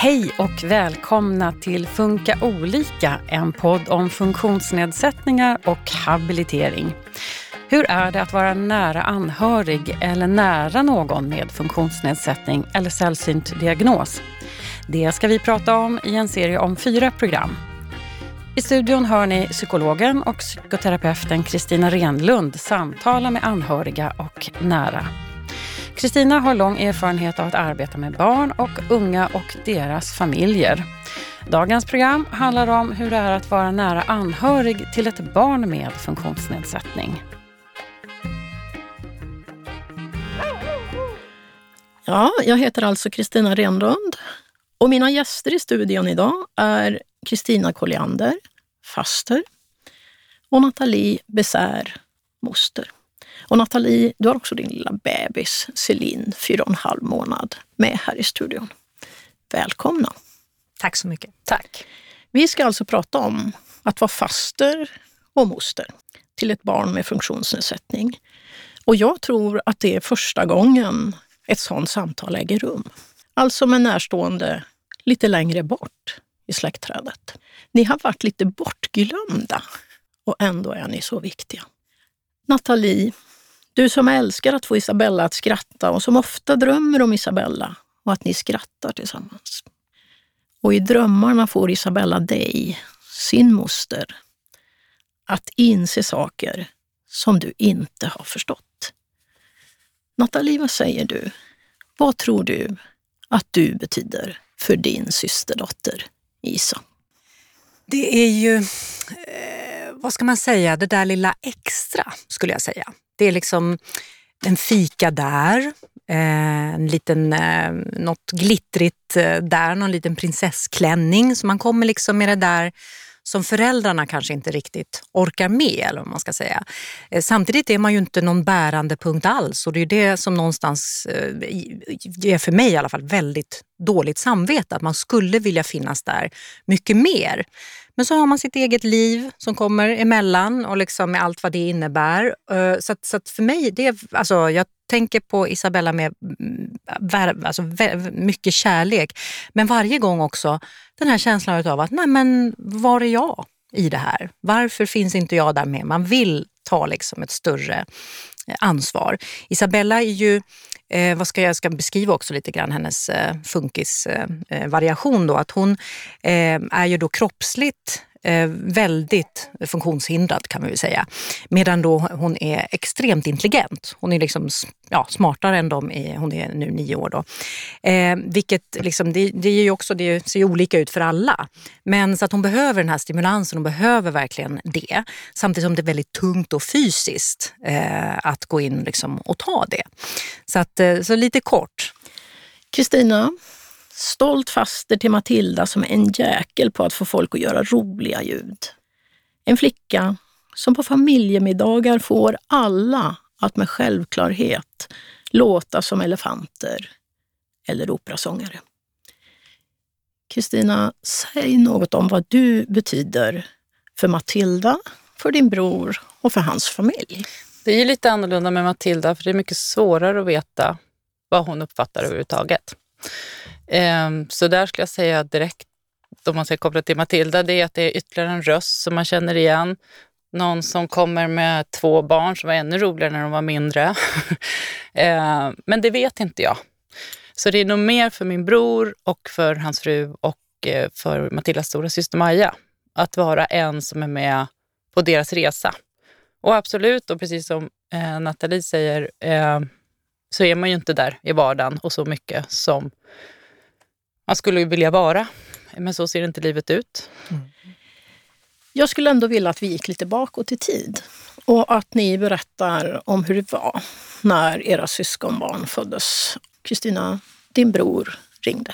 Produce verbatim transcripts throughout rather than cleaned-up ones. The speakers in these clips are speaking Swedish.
Hej och välkomna till Funka olika, en podd om funktionsnedsättningar och habilitering. Hur är det att vara nära anhörig eller nära någon med funktionsnedsättning eller sällsynt diagnos? Det ska vi prata om i en serie om fyra program. I studion hör ni psykologen och psykoterapeuten Kristina Renlund samtala med anhöriga och nära. Kristina har lång erfarenhet av att arbeta med barn och unga och deras familjer. Dagens program handlar om hur det är att vara nära anhörig till ett barn med funktionsnedsättning. Ja, jag heter alltså Kristina Renlund och mina gäster i studion idag är Kristina Colliander, faster, och Nathalie Besär, moster. Och Nathalie, du har också din lilla bebis, Celine, fyra och en halv månad, med här i studion. Välkomna. Tack så mycket. Tack. Vi ska alltså prata om att vara faster och moster till ett barn med funktionsnedsättning. Och jag tror att det är första gången ett sådant samtal äger rum. Alltså med närstående lite längre bort i släktträdet. Ni har varit lite bortglömda och ändå är ni så viktiga. Nathalie, du som älskar att få Isabella att skratta och som ofta drömmer om Isabella och att ni skrattar tillsammans. Och i drömmarna får Isabella dig, sin moster, att inse saker som du inte har förstått. Nathalie, vad säger du? Vad tror du att du betyder för din systerdotter Isa? Det är ju, eh, vad ska man säga, det där lilla extra skulle jag säga. Det är liksom en fika där, eh, en liten, eh, något glittrigt eh, där, någon liten prinsessklänning. Så man kommer liksom med det där som föräldrarna kanske inte riktigt orkar med, eller vad man ska säga. Eh, samtidigt är man ju inte någon bärande punkt alls, och det är ju det som någonstans eh, ger för mig i alla fall väldigt dåligt samvete, att man skulle vilja finnas där mycket mer. Men så har man sitt eget liv som kommer emellan och liksom med allt vad det innebär. Så att, så att för mig, det är, alltså, jag tänker på Isabella med alltså, mycket kärlek. Men varje gång också den här känslan av att nej men var är jag i det här? Varför finns inte jag där med? Man vill ta liksom ett större ansvar. Isabella är ju, eh, vad ska jag ska beskriva också lite grann hennes eh, funkis eh, variation då, att hon eh, är ju då kroppsligt eh, väldigt funktionshindrad kan man ju säga, medan då hon är extremt intelligent. Hon är liksom ja, smartare än de är, hon är nu nio år då. Eh, vilket liksom, det, det är ju också, det ser ju olika ut för alla. Men så att hon behöver den här stimulansen, hon behöver verkligen det. Samtidigt som det är väldigt tungt och fysiskt eh, att gå in liksom och ta det. Så, att, eh, så lite kort. Kristina, stolt faster till Matilda som är en jäkel på att få folk att göra roliga ljud. En flicka som på familjemiddagar får alla att med självklarhet låta som elefanter eller operasångare. Kristina, säg något om vad du betyder för Matilda, för din bror och för hans familj. Det är ju lite annorlunda med Matilda, för det är mycket svårare att veta vad hon uppfattar överhuvudtaget. Så där skulle jag säga direkt, om man ska koppla till Matilda, det är att det är ytterligare en röst som man känner igen. Någon som kommer med två barn som var ännu roligare när de var mindre. Men det vet inte jag. Så det är nog mer för min bror och för hans fru och för Matildas stora syster Maja. Att vara en som är med på deras resa. Och absolut, och precis som eh, Nathalie säger, eh, så är man ju inte där i vardagen och så mycket som man skulle vilja vara. Men så ser inte livet ut. Mm. Jag skulle ändå vilja att vi gick lite bakåt i tid. Och att ni berättar om hur det var när era syskonbarn föddes. Kristina, din bror ringde.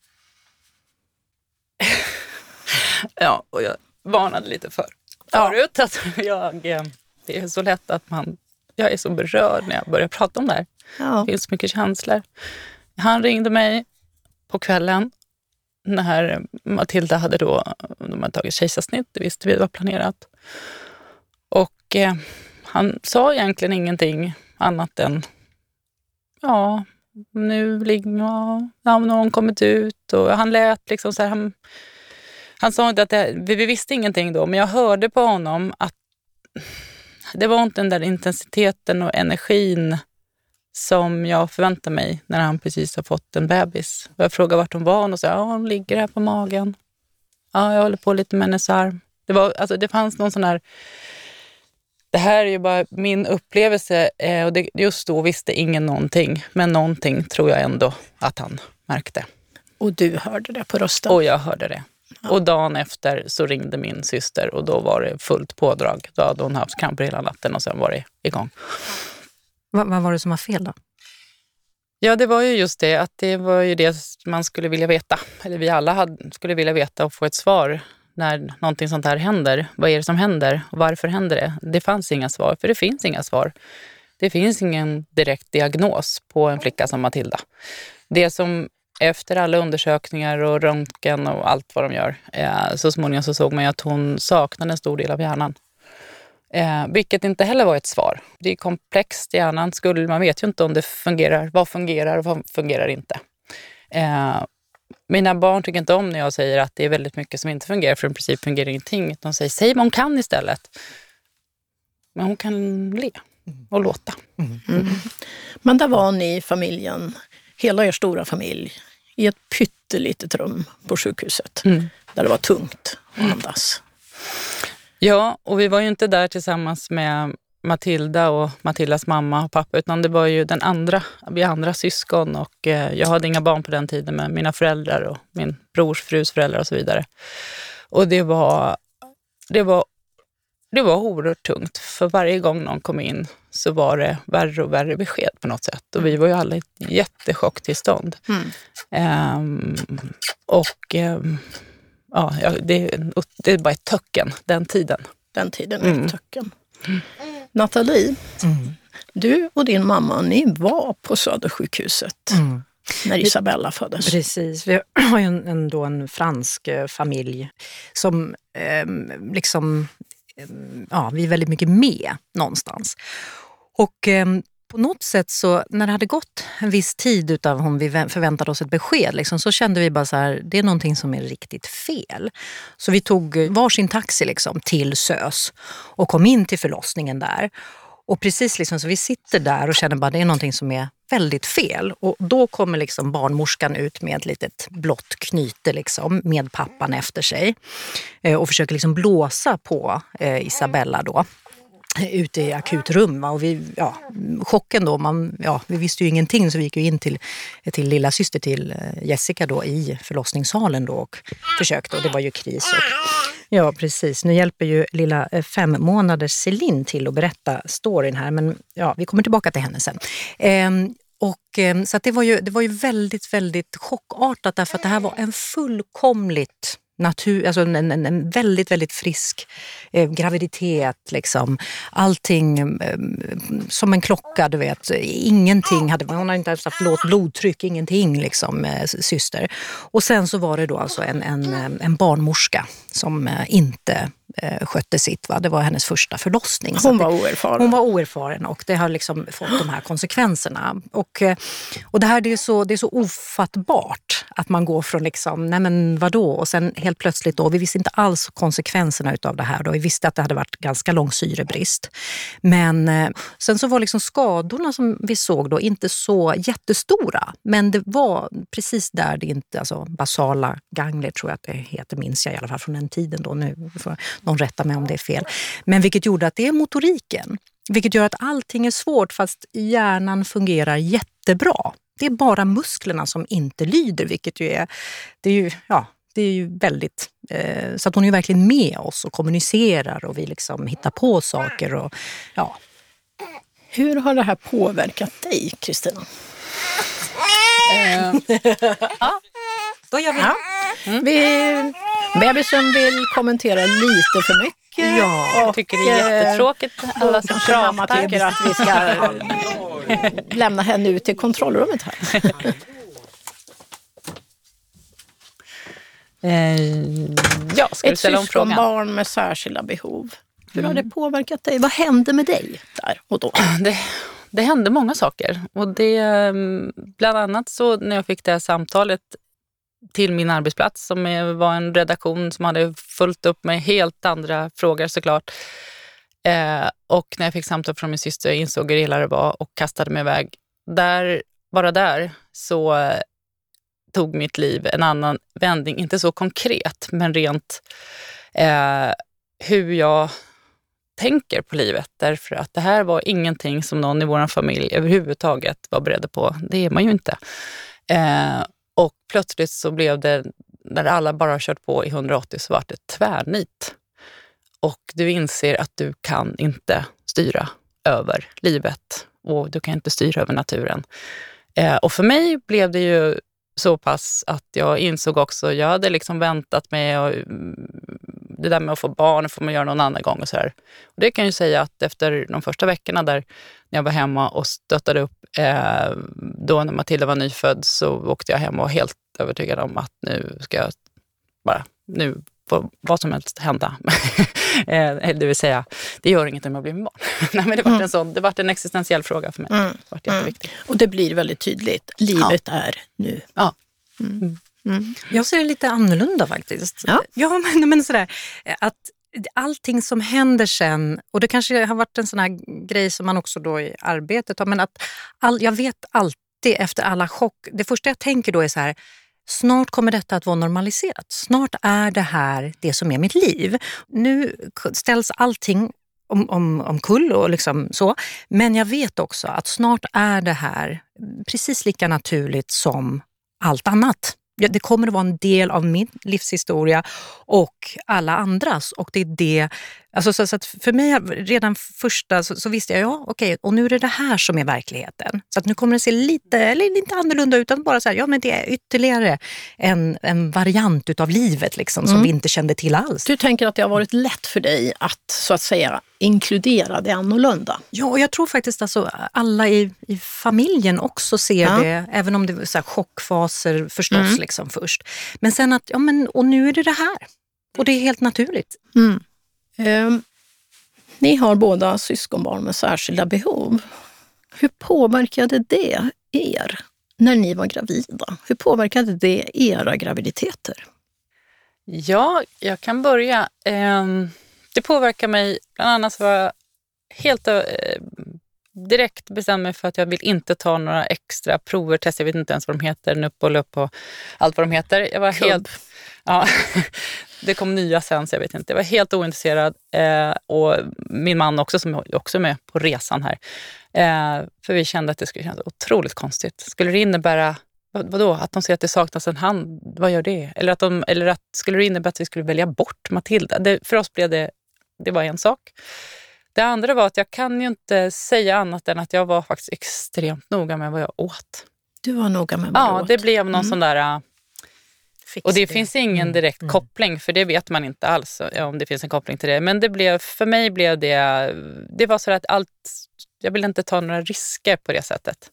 Ja, och jag varnade lite för förut ja. att jag, det är så lätt att man, jag är så berörd när jag börjar prata om det här. Ja. Det finns mycket känslor. Han ringde mig på kvällen när Matilda hade då, de hade tagit kejsarsnitt, det visste vi var planerat. Och eh, han sa egentligen ingenting annat än ja, nu ligger ja, ja, nu har hon kommit ut. Och han lät liksom så här, han, han sa inte att det, vi, vi visste ingenting då, men jag hörde på honom att det var inte den där intensiteten och energin som jag förväntade mig när han precis har fått en bebis. Jag frågade vart hon var och sa, ja, hon ligger här på magen. Ja, jag håller på lite med hennes arm. Det, var, alltså, det fanns någon sån här, det här är ju bara min upplevelse och det, just då visste ingen någonting. Men någonting tror jag ändå att han märkte. Och du hörde det på rösten? Och jag hörde det. Ja. Och dagen efter så ringde min syster och då var det fullt pådrag. Då hade hon haft kramper hela natten och sen var det igång. Vad, vad var det som var fel då? Ja, det var ju just det att det var ju det man skulle vilja veta. Eller vi alla hade, skulle vilja veta och få ett svar när någonting sånt här händer. Vad är det som händer och varför händer det? Det fanns inga svar, för det finns inga svar. Det finns ingen direkt diagnos på en flicka som Matilda. Det som efter alla undersökningar och röntgen och allt vad de gör, eh, så småningom så såg man ju att hon saknade en stor del av hjärnan. Eh, vilket inte heller var ett svar. Det är komplext i hjärnan. Skulle, man vet ju inte om det fungerar. Vad fungerar och vad fungerar inte. Eh, mina barn tycker inte om när jag säger att det är väldigt mycket som inte fungerar. För i princip fungerar ingenting. De säger, säg vad hon kan istället. Men hon kan le och låta. Mm. Mm. Men där var ni, familjen, hela er stora familj, i ett pyttelitet rum på sjukhuset. Mm. Där det var tungt att andas. Ja, och vi var ju inte där tillsammans med Matilda och Matildas mamma och pappa, utan det var ju den andra, vi andra syskon, och eh, jag hade inga barn på den tiden med mina föräldrar och min brors frus föräldrar och så vidare. Och det var, det var, det var oerhört tungt, för varje gång någon kom in så var det värre och värre besked på något sätt. Och vi var ju alla i ett jättechocktillstånd. Mm. Ehm, och... Ehm, Ja, det, det är bara ett töcken, den tiden. Den tiden är ett töcken. Mm. Nathalie, mm. du och din mamma, ni var på Södersjukhuset mm. när Isabella föddes. Precis, vi har ju en, en, då en fransk familj som eh, liksom, eh, ja, vi är väldigt mycket med någonstans. Och eh, på något sätt så, när det hade gått en viss tid utav hon vi förväntade oss ett besked, liksom, så kände vi bara så här, det är någonting som är riktigt fel. Så vi tog varsin taxi liksom, till Sös och kom in till förlossningen där. Och precis liksom, så vi sitter där och känner bara, det är någonting som är väldigt fel. Och då kommer liksom barnmorskan ut med ett litet blått knyte liksom, med pappan efter sig. Eh, och försöker liksom blåsa på eh, Isabella då. Ute i akutrum, va? Och vi, ja, chocken då, man, ja, vi visste ju ingenting, så vi gick ju in till, till lilla syster till Jessica då i förlossningssalen då och försökte, och det var ju kris. Och, ja, precis. Nu hjälper ju lilla fem månaders Celine till att berätta storyn här, men ja, vi kommer tillbaka till henne sen. Ehm, och så att det var ju, det var ju väldigt, väldigt chockartat, därför att det här var en fullkomligt natur, alltså en, en, en väldigt, väldigt frisk eh, graviditet liksom. Allting eh, som en klocka, du vet. Ingenting hade, hon hade inte ens haft lågt blodtryck, ingenting liksom, eh, syster. Och sen så var det då alltså en, en, en barnmorska som eh, inte eh, skötte sitt, va? Det var hennes första förlossning. Hon var oerfaren. Hon var oerfaren och det har liksom fått de här konsekvenserna. Och, och det här, det är, så, det är så ofattbart att man går från liksom, nej men vadå? Och sen helt plötsligt då, vi visste inte alls konsekvenserna utav det här då. Vi visste att det hade varit ganska lång syrebrist. Men eh, sen så var liksom skadorna som vi såg då inte så jättestora. Men det var precis där det inte, alltså basala gangler tror jag att det heter, minns jag i alla fall från den tiden då. Nu får någon rätta mig om det är fel. Men vilket gjorde att det är motoriken. Vilket gör att allting är svårt fast hjärnan fungerar jättebra. Det är bara musklerna som inte lyder, vilket ju är, det är ju, ja, det är ju väldigt, eh, så att hon är ju verkligen med oss och kommunicerar och vi liksom hittar på saker och ja. Hur har det här påverkat dig, Kristina? uh, ja, då gör vi. Ja. Mm. vi bebisen vill kommentera lite för mycket. Ja, jag tycker det är jättetråkigt. Alla som mamma tycker att vi ska lämna henne ut till kontrollrummet här. eh, ja, ska Ett syskonbarn med särskilda behov. Hur mm. har det påverkat dig? Vad hände med dig där och då? Det, det hände många saker. Och det, bland annat så när jag fick det här samtalet till min arbetsplats som var en redaktion som hade fullt upp med helt andra frågor såklart. Eh, och när jag fick samtal från min syster insåg hur illa det var och kastade mig iväg. Där, bara där så eh, tog mitt liv en annan vändning. Inte så konkret men rent eh, hur jag tänker på livet. Därför att det här var ingenting som någon i vår familj överhuvudtaget var beredd på. Det är man ju inte. Eh, och plötsligt så blev det, när alla bara har kört på i hundraåttio så var det tvärnit. Och du inser att du kan inte styra över livet och du kan inte styra över naturen. Eh, och för mig blev det ju så pass att jag insåg också, jag hade liksom väntat med och, det där med att få barn får man göra någon annan gång och så här. Och det kan jag ju säga att efter de första veckorna där när jag var hemma och stöttade upp eh, då när Matilda var nyfödd så åkte jag hem och var helt övertygad om att nu ska jag bara, nu får vad som helst hända. Det vill säga, det gör inget om jag blir med barn. Nej, men det var mm. en sån, det var en existentiell fråga för mig. Mm. Det var jätteviktigt. Mm. Och det blir väldigt tydligt. Livet ja. är nu. Ja. Mm. Mm. Jag ser det lite annorlunda faktiskt. Ja, ja men, men sådär att allting som händer sen, och det kanske har varit en sån här grej som man också då i arbetet har, men att all, jag vet alltid efter alla chock, det första jag tänker då är så här, snart kommer detta att vara normaliserat. Snart är det här det som är mitt liv. Nu ställs allting om, om, om kull och liksom så. Men jag vet också att snart är det här precis lika naturligt som allt annat. Det kommer att vara en del av min livshistoria och alla andras. Och det är det, alltså så, så att för mig redan första så, så visste jag, ja okej, okay, och nu är det det här som är verkligheten. Så att nu kommer det se lite, eller lite annorlunda ut, utan bara så här, ja men det är ytterligare en, en variant utav livet liksom, som mm. vi inte kände till alls. Du tänker att det har varit lätt för dig att så att säga inkludera det annorlunda? Ja, och jag tror faktiskt alltså alla i, i familjen också ser ja. det, även om det är så här chockfaser förstås mm. liksom först. Men sen att, ja men, och nu är det det här. Och det är helt naturligt. Mm. Um, ni har båda syskonbarn med särskilda behov. Hur påverkade det er när ni var gravida? Hur påverkade det era graviditeter? Ja, jag kan börja. Um, det påverkar mig, bland annat var jag helt uh, direkt bestämde mig för att jag vill inte ta några extra prover, test, jag vet inte ens vad de heter, nupp och lupp och allt vad de heter. Jag var Klubb. helt... Ja, det kom nya sen så jag vet inte. Jag var helt ointresserad eh, och min man också som också är med på resan här. Eh, för vi kände att det skulle kännas otroligt konstigt. Skulle det innebära, vad, vadå? Att de ser att det saknas en hand, vad gör det? Eller att, de, eller att skulle det innebära att vi skulle välja bort Matilda? Det, för oss blev det, det var en sak. Det andra var att jag kan ju inte säga annat än att jag var faktiskt extremt noga med vad jag åt. Du var noga med vad ja, du åt? Ja, det blev någon mm. sån där... Och det, det finns ingen direkt mm. koppling, för det vet man inte alls om det finns en koppling till det. Men det blev, för mig blev det, det var så att allt, jag ville inte ta några risker på det sättet.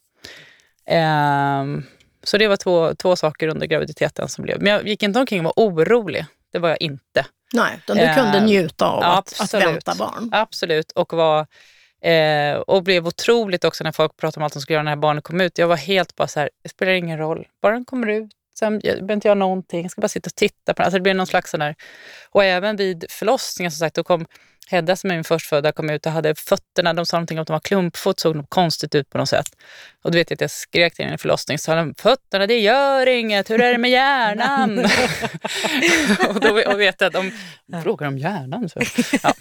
Um, så det var två, två saker under graviditeten som blev. Men jag gick inte omkring och var orolig, det var jag inte. Nej, utan du kunde uh, njuta av att, att vänta barn. Absolut, och var... Eh, och blev otroligt också när folk pratade om allt som skulle göra när barnet kom ut. Jag var helt bara så här, det spelar ingen roll, bara den kommer ut. Sen jag behöver inte göra någonting, jag ska bara sitta och titta på den. Alltså det blev någon slags sån där. Och även vid förlossningen som sagt, då kom Hedda som är min förstfödda kom ut och hade fötterna, de sa någonting om att de var klumpfot, såg något konstigt ut på något sätt. Och du vet att jag skrek till henne i förlossning, så sa de, fötterna det gör inget, hur är det med hjärnan? och då och vet jag att de frågar om hjärnan. Så. Ja.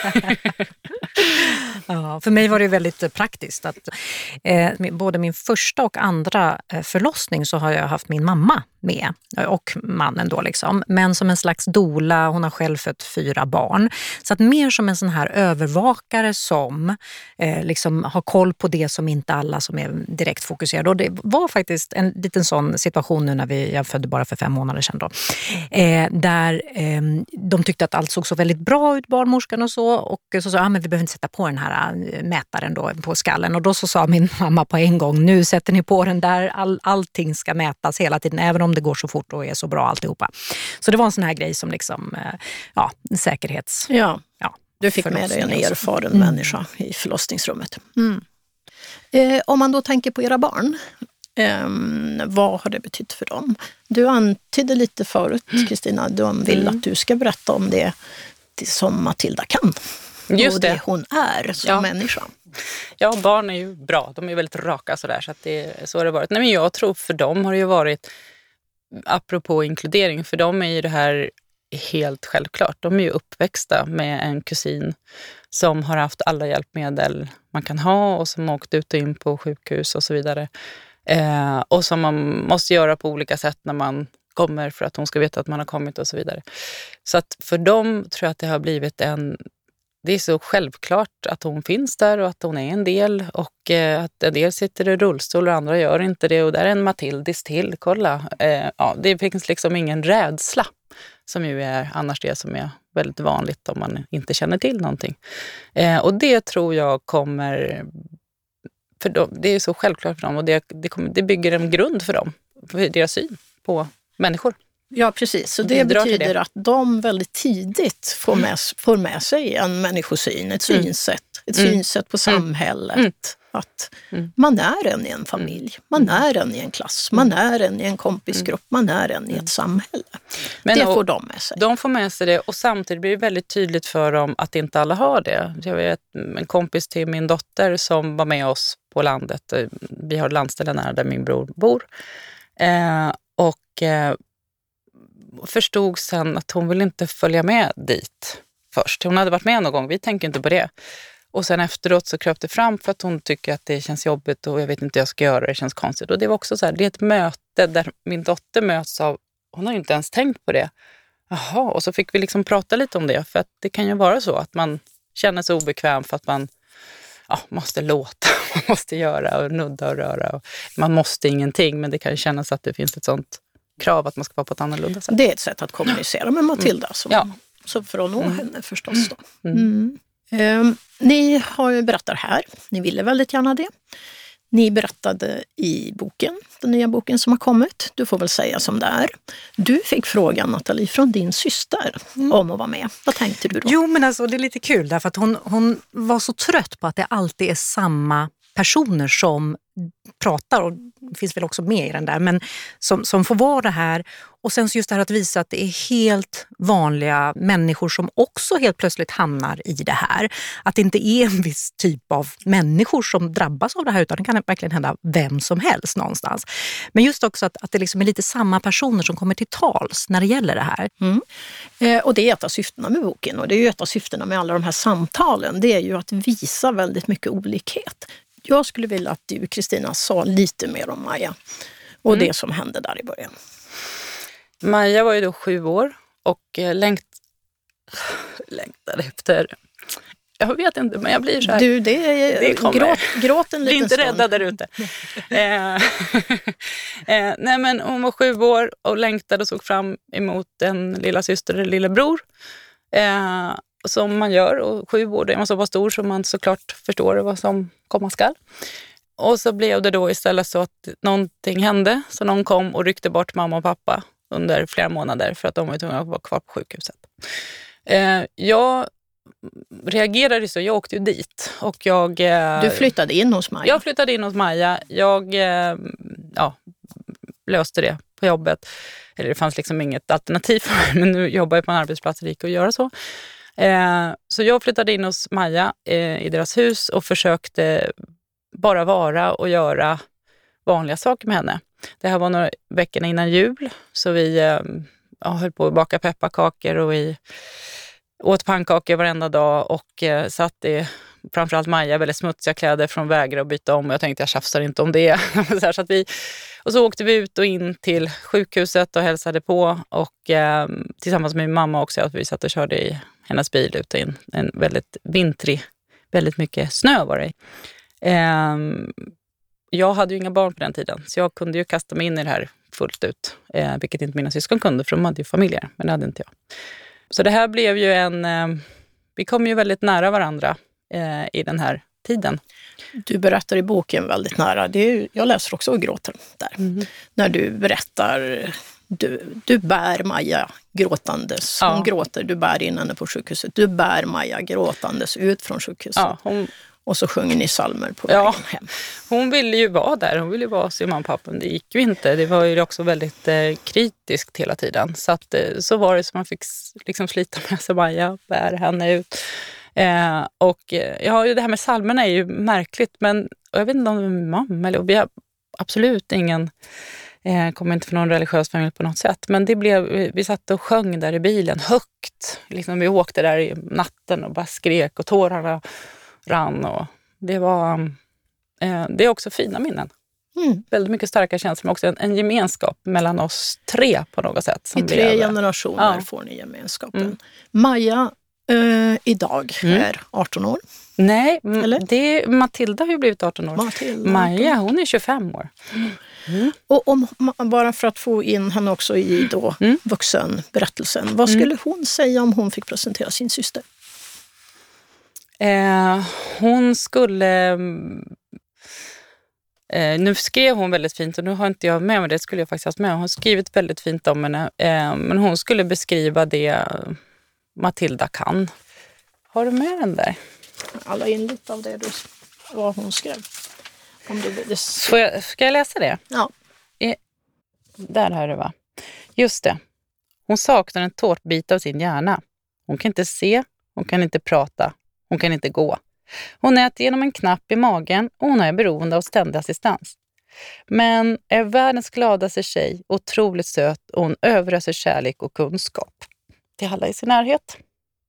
Ja, för mig var det väldigt praktiskt att eh, både min första och andra eh, förlossning så har jag haft min mamma med och mannen då liksom, men som en slags doula, hon har själv fött fyra barn, så att mer som en sån här övervakare som eh, liksom har koll på det som inte alla som är direkt fokuserade, och det var faktiskt en liten sån situation nu när vi, jag födde bara för fem månader sedan då, eh, där eh, de tyckte att allt såg så väldigt bra ut, barnmorskan och så, och så sa, ah, men vi behöver inte sätta på den här mätaren då på skallen, och då så sa min mamma på en gång, nu sätter ni på den där, all, allting ska mätas hela tiden, även om det går så fort och är så bra alltihopa. Så det var en sån här grej som liksom, ja, säkerhets... Ja, ja du fick med dig en erfaren mm. människa i förlossningsrummet. Mm. Eh, om man då tänker på era barn, eh, vad har det betytt för dem? Du antydde lite förut, Kristina, de vill mm. att du ska berätta om det, det som Matilda kan. Just och det. det hon är som ja. människa. Ja, barn är ju bra. De är väldigt raka sådär, så att det, så har det varit. Nej, men jag tror för dem har det ju varit, apropå inkludering, för dem är ju det här helt självklart. De är ju uppväxta med en kusin som har haft alla hjälpmedel man kan ha och som har åkt ut och in på sjukhus och så vidare. Eh, och som man måste göra på olika sätt när man kommer för att hon ska veta att man har kommit och så vidare. Så att för dem tror jag att det har blivit en... Det är så självklart att hon finns där och att hon är en del och eh, att en del sitter i rullstol och andra gör inte det och där är en Matildis till, kolla. Eh, ja, det finns liksom ingen rädsla som ju är annars det som är väldigt vanligt om man inte känner till någonting. Eh, och det tror jag kommer, för dem, det är så självklart för dem och det, det, kommer, det bygger en grund för dem, för deras syn på människor. Ja, precis. Så det betyder det. Att de väldigt tidigt får med, får med sig en människosyn, ett Mm. synsätt, ett Mm. synsätt på samhället. Mm. Att Mm. man är en i en familj, man är en i en klass, man är en i en kompisgrupp, man är en i ett samhälle. Men det och, får de med sig. De får med sig det och samtidigt blir det väldigt tydligt för dem att inte alla har det. Jag vet en kompis till min dotter som var med oss på landet. Vi har landställen nära där min bror bor. Eh, och eh, förstod sen att hon vill inte följa med dit först. Hon hade varit med någon gång, vi tänker inte på det. Och sen efteråt så kröp det fram för att hon tycker att det känns jobbigt och jag vet inte hur jag ska göra, det känns konstigt. Och det var också så här, det är ett möte där min dotter möts av, hon har ju inte ens tänkt på det. Jaha, och så fick vi liksom prata lite om det, för att det kan ju vara så att man känner sig obekväm för att man ja, måste låta, man måste göra och nudda och röra. Och man måste ingenting, men det kan ju kännas att det finns ett sånt krav att man ska vara på ett annorlunda sätt. Det är ett sätt att kommunicera med Matilda, som, ja. som för att nå Mm. henne förstås. Då. Mm. Mm. Um, ni har ju berättat här, ni ville väldigt gärna det. Ni berättade i boken, den nya boken som har kommit. Du får väl säga som det är. Du fick frågan, Nathalie, från din syster mm. om att vara med. Vad tänkte du då? Jo, men alltså det är lite kul därför att hon, hon var så trött på att det alltid är samma personer som pratar, och det finns väl också med i den där, men som, som får vara det här. Och sen just det här att visa att det är helt vanliga människor som också helt plötsligt hamnar i det här. Att det inte är en viss typ av människor som drabbas av det här, utan det kan verkligen hända vem som helst någonstans. Men just också att, att det liksom är lite samma personer som kommer till tals när det gäller det här. Mm. Eh, och det är ett av syftena med boken, och det är ju ett av syftena med alla de här samtalen. Det är ju att visa väldigt mycket olikhet. Jag skulle vilja att du, Kristina, sa lite mer om Maja och mm. det som hände där i början. Maja var ju då sju år och längt, längtade efter... Jag vet inte, men jag blir så här... Du, det är... Det kommer. Gråt, gråt en liten stund. Bli inte rädda där ute. eh, eh, nej, men hon var sju år och längtade och såg fram emot en lilla syster eller lillebror. Eh, som man gör, och sju år, är man så pass stor som man såklart förstår vad som komma skall. Och så blev det då istället så att någonting hände, så någon kom och ryckte bort mamma och pappa under flera månader för att de var tvungna att vara kvar på sjukhuset. Eh, jag reagerade så, jag åkte ju dit och jag... Eh, du flyttade in hos Maja? Jag flyttade in hos Maja. Jag eh, ja, löste det på jobbet. Eller det fanns liksom inget alternativ för mig, men nu jobbar jag på en arbetsplats och det gick att göra så. Eh, så jag flyttade in hos Maja eh, i deras hus och försökte bara vara och göra vanliga saker med henne. Det här var några veckor innan jul, så vi eh, ja, höll på att baka pepparkakor och vi åt pannkakor varenda dag och eh, satt i framförallt Maja väldigt smutsiga kläder från vägar och byta om. Och jag tänkte jag tjafsar inte om det. så, här, så att vi, och så åkte vi ut och in till sjukhuset och hälsade på. Och eh, tillsammans med min mamma också. Att vi satt och körde i hennes bil ut in en väldigt vintrig, väldigt mycket snö var det. Eh, jag hade ju inga barn på den tiden. Så jag kunde ju kasta mig in i det här fullt ut. Eh, vilket inte mina syskon kunde, för de hade ju familjer. Men det hade inte jag. Så det här blev ju en... Eh, vi kom ju väldigt nära varandra eh, i den här tiden. Du berättar i boken väldigt nära. Det är, jag läser också och gråter där. Mm. När du berättar, du, du bär Maja gråtandes. Hon ja. gråter, du bär in henne på sjukhuset. Du bär Maja gråtandes ut från sjukhuset. Ja, hon... Och så sjunger ni psalmer på Ja. vägen hem. Hon ville ju vara där, hon ville ju vara sin mamma och pappa, men det gick ju inte. Det var ju också väldigt eh, kritiskt hela tiden. Så, att, eh, så var det som man fick liksom slita med sig Maja, bära henne ut. Eh, och eh, ja, det här med psalmerna är ju märkligt, men jag vet inte om det är min mamma, eller vi har absolut ingen, eh, kommer inte från någon religiös familj på något sätt, men det blev, vi satt och sjöng där i bilen högt. Liksom, vi åkte där i natten och bara skrek och tårarna rann. Och det var, eh, det är också fina minnen. Mm. Väldigt mycket starka känslor, men också en, en gemenskap mellan oss tre på något sätt. Som I tre blev, generationer ja. får ni gemenskapen. Mm. Maja eh, idag Mm. är arton år. Nej, m- Eller? det, Matilda har ju blivit arton år. Matilda. Maja, hon är tjugofem år. Mm. Och om, bara för att få in henne också i då Mm. vuxenberättelsen. Vad skulle hon säga om hon fick presentera sin syster? Eh, hon skulle... Eh, nu skrev hon väldigt fint och nu har inte jag med mig det, skulle jag faktiskt haft med. Hon har skrivit väldigt fint om henne. Eh, men hon skulle beskriva det Matilda kan. Har du med den där? Alla in lite av det du, vad hon skrev. Om det, det, Får jag, ska jag läsa det? ja. Eh, där har det va. Just det. Hon saknar en tårtbit av sin hjärna. Hon kan inte se, hon kan inte prata, hon kan inte gå. Hon äter genom en knapp i magen och hon är beroende av ständig assistans. Men är världens gladaste tjej, otroligt söt och hon överöser kärlek och kunskap till alla i sin närhet.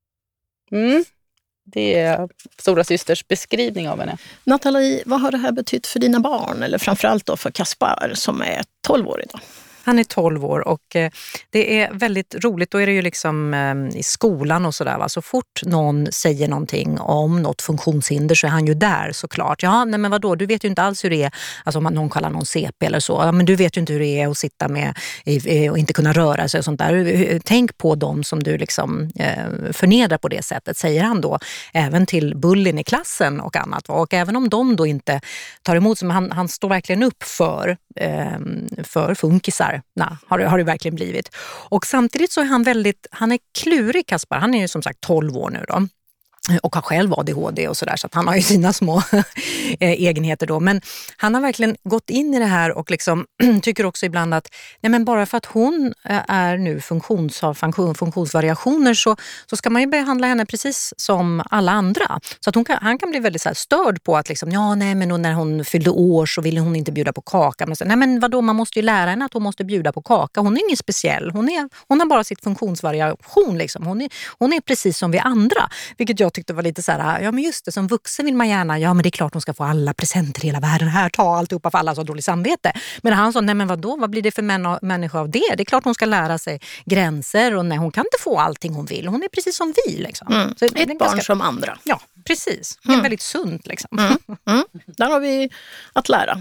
Mm. Det är stora systers beskrivning av henne. Nathalie, vad har det här betytt för dina barn? Eller framförallt då för Kaspar som är tolv år idag. Han är tolv år och eh, det är väldigt roligt. Då är det ju liksom eh, i skolan och sådär. Va? Så fort någon säger någonting om något funktionshinder så är han ju där såklart. Ja, nej men vadå? Du vet ju inte alls hur det är. Alltså om någon kallar någon C P eller så. Ja, men du vet ju inte hur det är att sitta med i, och inte kunna röra sig och sånt där. Tänk på dem som du liksom eh, förnedrar på det sättet, säger han då. Även till bullin i klassen och annat. Va? Och även om de då inte tar emot, som han, han står verkligen upp för, eh, för funkisar. Nej, har, har det verkligen blivit. Och samtidigt så är han väldigt, han är klurig Kaspar, han är ju som sagt tolv år nu då. Och har själv A D H D och sådär, så att han har ju sina små egenheter då. Men han har verkligen gått in i det här och liksom tycker också ibland att nej men bara för att hon är nu funktions, har funktion, funktionsvariationer så, så ska man ju behandla henne precis som alla andra. Så att hon kan, han kan bli väldigt så här störd på att liksom, ja nej men när hon fyllde år så ville hon inte bjuda på kaka. Men så, nej men vadå, man måste ju lära henne att hon måste bjuda på kaka. Hon är ingen speciell, hon, är, hon har bara sitt funktionsvariation liksom. Hon är, hon är precis som vi andra, vilket jag tyckte var lite så här, ja men just det, som vuxen vill man gärna, ja men det är klart hon ska få alla presenter i hela världen, här, ta alltihopa för alla så dåligt samvete. Men han sa, nej men vadå, vad blir det för män- människa av det? Det är klart hon ska lära sig gränser och nej, hon kan inte få allting hon vill, hon är precis som vi liksom. Mm. Så Ett det är barn ganska, som andra. ja, precis. Det är Mm. väldigt sunt liksom. Mm. Mm. Där har vi att lära.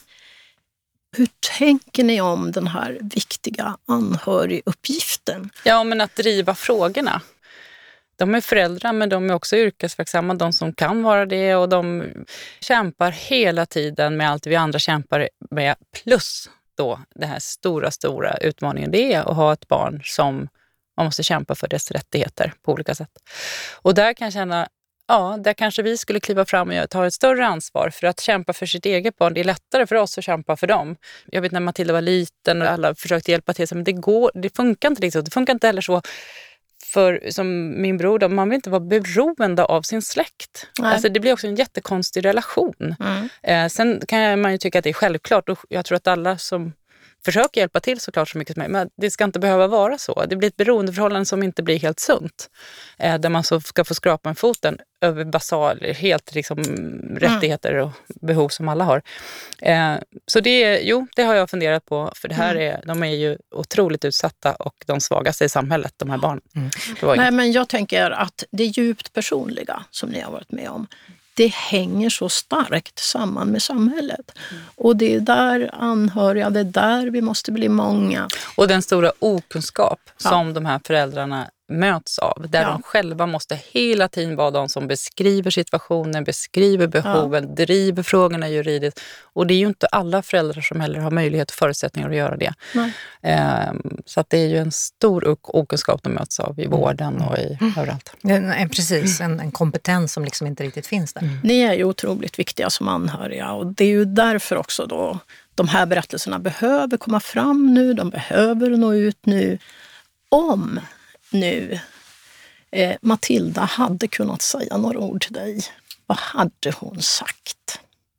Hur tänker ni om den här viktiga anhöriguppgiften? Ja, men att driva frågorna. De är föräldrar men de är också yrkesverksamma, de som kan vara det, och de kämpar hela tiden med allt vi andra kämpar med, plus då det här stora, stora utmaningen det är att ha ett barn som man måste kämpa för dess rättigheter på olika sätt. Och där kan jag känna, ja, där kanske vi skulle kliva fram och ta ett större ansvar för att kämpa för sitt eget barn. Det är lättare för oss att kämpa för dem. Jag vet när Matilda var liten och alla försökte hjälpa till, men det går, det funkar inte riktigt. Det funkar inte heller så. För som min bror då, man vill inte vara beroende av sin släkt. Alltså, det blir också en jättekonstig relation. Mm. Eh, sen kan man ju tycka att det är självklart, och jag tror att alla som försöker hjälpa till såklart så mycket som möjligt, men det ska inte behöva vara så. Det blir ett beroendeförhållande som inte blir helt sunt. Eh, där man så ska få skrapa med foten över basal, helt liksom, mm. rättigheter och behov som alla har. Eh, så det, jo, det har jag funderat på, för det här är, de är ju otroligt utsatta och de svagaste i samhället, de här barnen. Mm. Nej, men jag tänker att det djupt personliga som ni har varit med om, det hänger så starkt samman med samhället. Mm. Och det är där anhöriga, det är där vi måste bli många. Och den stora okunskap ja. som de här föräldrarna möts av. Där Ja. de själva måste hela tiden vara de som beskriver situationen, beskriver behoven, ja. driver frågorna juridiskt. Och det är ju inte alla föräldrar som heller har möjlighet och förutsättningar att göra det. Eh, så att det är ju en stor okunskap de möts av i vården och i mm. överallt. En, precis, en, en kompetens som liksom inte riktigt finns där. Mm. Ni är ju otroligt viktiga som anhöriga och det är ju därför också då de här berättelserna behöver komma fram nu, de behöver nå ut nu. Om nu eh, Matilda hade kunnat säga några ord till dig, vad hade hon sagt?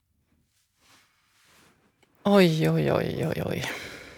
Oj, oj, oj, oj, oj.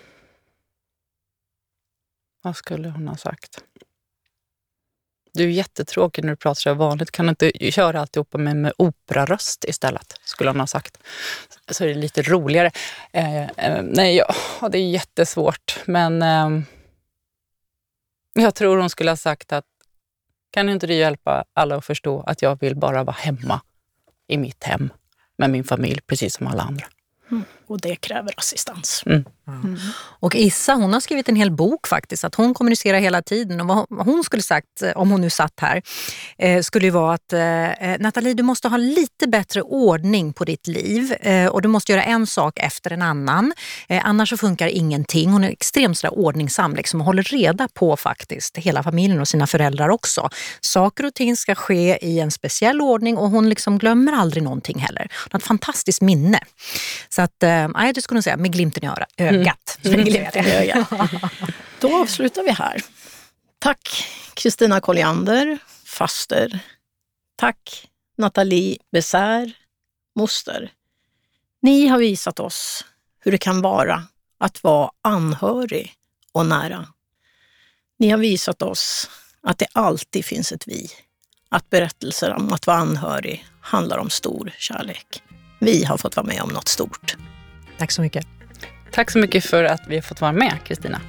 Vad skulle hon ha sagt? Du är jättetråkig när du pratar så vanligt. Kan du inte köra alltihopa med, med operaröst istället, skulle hon ha sagt. Så är det lite roligare. Eh, eh, nej, ja, det är jättesvårt. Men eh, jag tror hon skulle ha sagt att kan inte du hjälpa alla att förstå att jag vill bara vara hemma i mitt hem med min familj, precis som alla andra. Mm. Och det kräver assistans. Mm. Mm. Och Issa, hon har skrivit en hel bok faktiskt, att hon kommunicerar hela tiden. Och vad hon skulle sagt, om hon nu satt här, eh, skulle ju vara att eh, Nathalie, du måste ha lite bättre ordning på ditt liv. Eh, och du måste göra en sak efter en annan. Eh, annars så funkar ingenting. Hon är extremt sådär ordningsam liksom, och håller reda på faktiskt hela familjen och sina föräldrar också. Saker och ting ska ske i en speciell ordning och hon liksom glömmer aldrig någonting heller. Hon har ett fantastiskt minne. Så att, eh, det skulle hon säga, med glimten i öra, ögat. Mm. Glimten i ögat. Då avslutar vi här. Tack Kristina Colliander, faster. Tack Nathalie Besär, moster. Ni har visat oss hur det kan vara att vara anhörig och nära. Ni har visat oss att det alltid finns ett vi. Att berättelser om att vara anhörig handlar om stor kärlek. Vi har fått vara med om något stort. Tack så mycket. Tack så mycket för att vi har fått vara med, Kristina.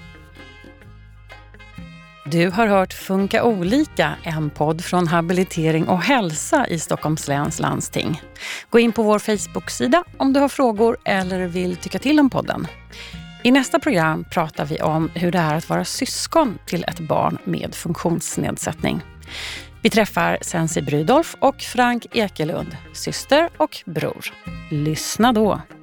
Du har hört Funka olika, en podd från Habilitering och hälsa i Stockholms läns landsting. Gå in på vår Facebook-sida om du har frågor eller vill tycka till om podden. I nästa program pratar vi om hur det är att vara syskon till ett barn med funktionsnedsättning. Vi träffar Sensi Brydolf och Frank Ekelund, syster och bror. Lyssna då!